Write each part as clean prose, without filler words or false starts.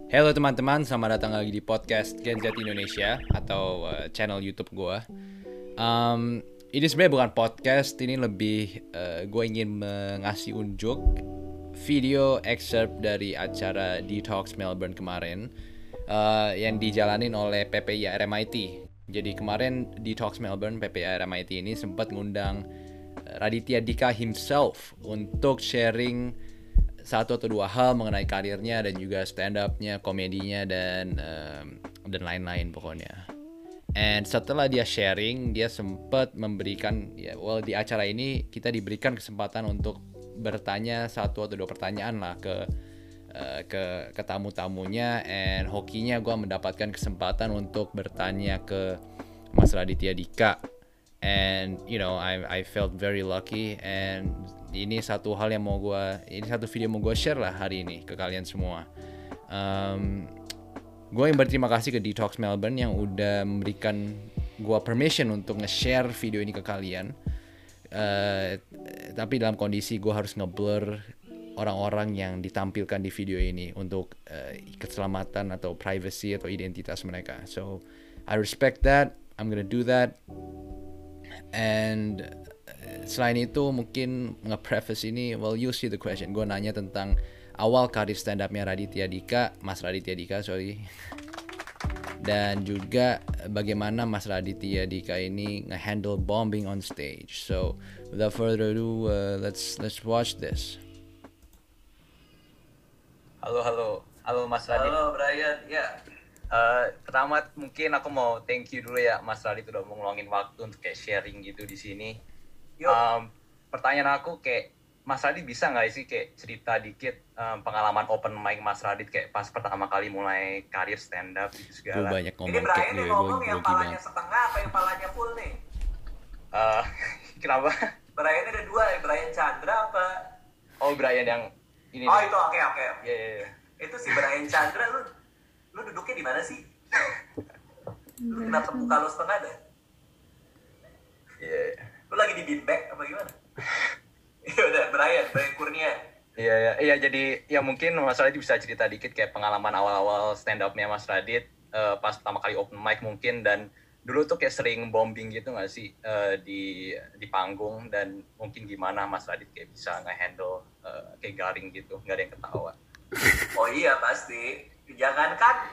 Halo teman-teman, selamat datang lagi di podcast Gen Z Indonesia atau channel YouTube gue. Ini sebenarnya bukan podcast, ini lebih gue ingin mengasih unjuk video excerpt dari acara Detox Melbourne kemarin yang dijalanin oleh PPI RMIT. Jadi kemarin Detox Melbourne PPI RMIT ini sempat ngundang Raditya Dika himself untuk sharing satu atau dua hal mengenai karirnya dan juga stand up-nya, komedinya dan lain-lain pokoknya. And setelah dia sharing, dia sempat memberikan di acara ini kita diberikan kesempatan untuk bertanya satu atau dua pertanyaan lah ke tamu-tamunya. And hokinya gue mendapatkan kesempatan untuk bertanya ke Mas Raditya Dika. And I felt very lucky, and ini satu video mau gue share lah hari ini ke kalian semua. Gue yang berterima kasih ke Detox Melbourne yang udah memberikan gue permission untuk nge-share video ini ke kalian. Tapi dalam kondisi gue harus nge-blur orang-orang yang ditampilkan di video ini untuk keselamatan atau privacy atau identitas mereka. So I respect that. I'm gonna do that. And selain itu mungkin nge-preface ini, well, you see the question. Gue nanya tentang awal karir stand up-nya Mas Raditya Dika, dan juga bagaimana Mas Raditya Dika ini nge-handle bombing on stage. So without further ado, let's watch this. Halo Mas Radit. Halo Brian, ya. Pertama mungkin aku mau thank you dulu ya Mas Radit udah mau ngeluangin waktu untuk kayak sharing gitu di sini. Pertanyaan aku kayak Mas Radit bisa nggak sih kayak cerita dikit pengalaman open mic Mas Radit kayak pas pertama kali mulai karir stand up gitu segala. Gue banyak ngomong. Ini Brian yang ngomong yang palanya setengah apa yang palanya full nih? Kenapa? Brian ada dua, Brian Chandra apa? Oh, Brian yang ini. Oh itu oke. Iya. Itu si Brian Chandra lu duduknya di mana sih? Lu kenapa muka lu setengah dah? Iya. Lu lagi di beanbag apa gimana? Ya udah, Brian Kurnia. Iya, jadi ya mungkin Mas Radit bisa cerita dikit kayak pengalaman awal-awal stand up-nya Mas Radit pas pertama kali open mic mungkin, dan dulu tuh kayak sering bombing gitu nggak sih di panggung, dan mungkin gimana Mas Radit kayak bisa nge-handle kayak garing gitu, nggak ada yang ketawa. Oh iya pasti. Jangankan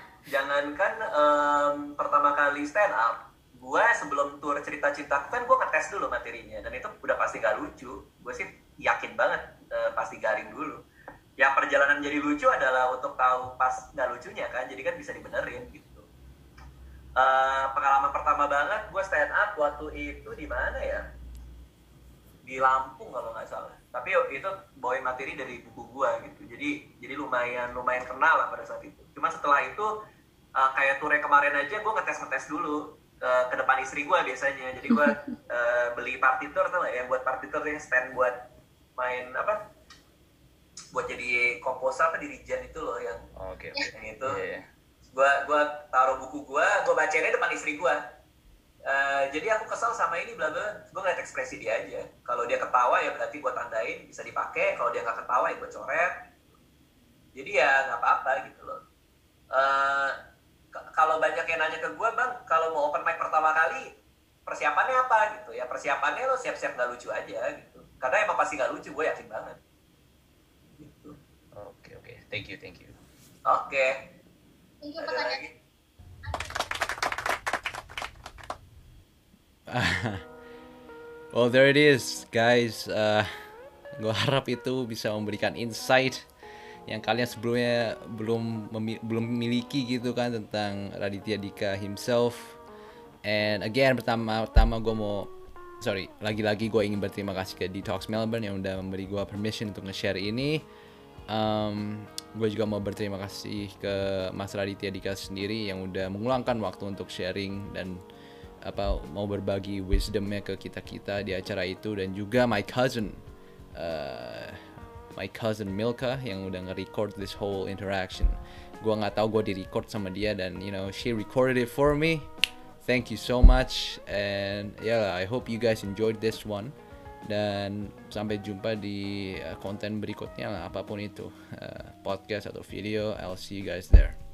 pertama kali stand up, gue sebelum tour cerita-cinta kan gue ngetes dulu materinya, dan itu udah pasti gak lucu. Gue sih yakin banget pasti garing dulu. Yang perjalanan jadi lucu adalah untuk tahu pas gak lucunya kan, jadi kan bisa dibenerin gitu. Pengalaman pertama banget gue stand up waktu itu di mana ya? Di Lampung kalau nggak salah. Tapi itu bawain materi dari buku gue gitu. Jadi lumayan kenal lah pada saat itu. Cuma setelah itu kayak tour kemarin aja gue ngetes dulu ke depan istri gue biasanya. Jadi gue beli partitur tuh yang buat partitur yang stand buat main apa? Buat jadi komposer apa dirijen itu loh yang Oke. Yang itu. Yeah. Gue taruh buku gue bacainnya depan istri gue. Jadi aku kesel sama ini bla bla, gue ngeliat ekspresi dia aja. Kalau dia ketawa ya berarti gue tandain bisa dipakai. Kalau dia nggak ketawa ya gue coret. Jadi ya nggak apa-apa gitu loh. Kalau banyak yang nanya ke gue, bang, kalau mau open mic pertama kali persiapannya apa gitu ya? Persiapannya lo siap-siap nggak lucu aja gitu. Karena emang pasti nggak lucu, gue yakin banget. Gitu. Oke. Thank you. Oke. Ada lagi? Well, there it is, guys. Gue harap itu bisa memberikan insight yang kalian sebelumnya belum miliki gitu kan tentang Raditya Dika himself. And again, pertama lagi-lagi gue ingin berterima kasih ke Detox Melbourne yang udah memberi gue permission untuk nge-share ini. Gue juga mau berterima kasih ke Mas Raditya Dika sendiri yang udah mengeluangkan waktu untuk sharing dan mau berbagi wisdomnya ke kita di acara itu, dan juga my cousin Milka yang udah nge-record this whole interaction. Gua nggak tahu gue di-record sama dia, dan she recorded it for me. Thank you so much, and I hope you guys enjoyed this one. Dan sampai jumpa di konten berikutnya lah, apapun itu, podcast atau video. I'll see you guys there.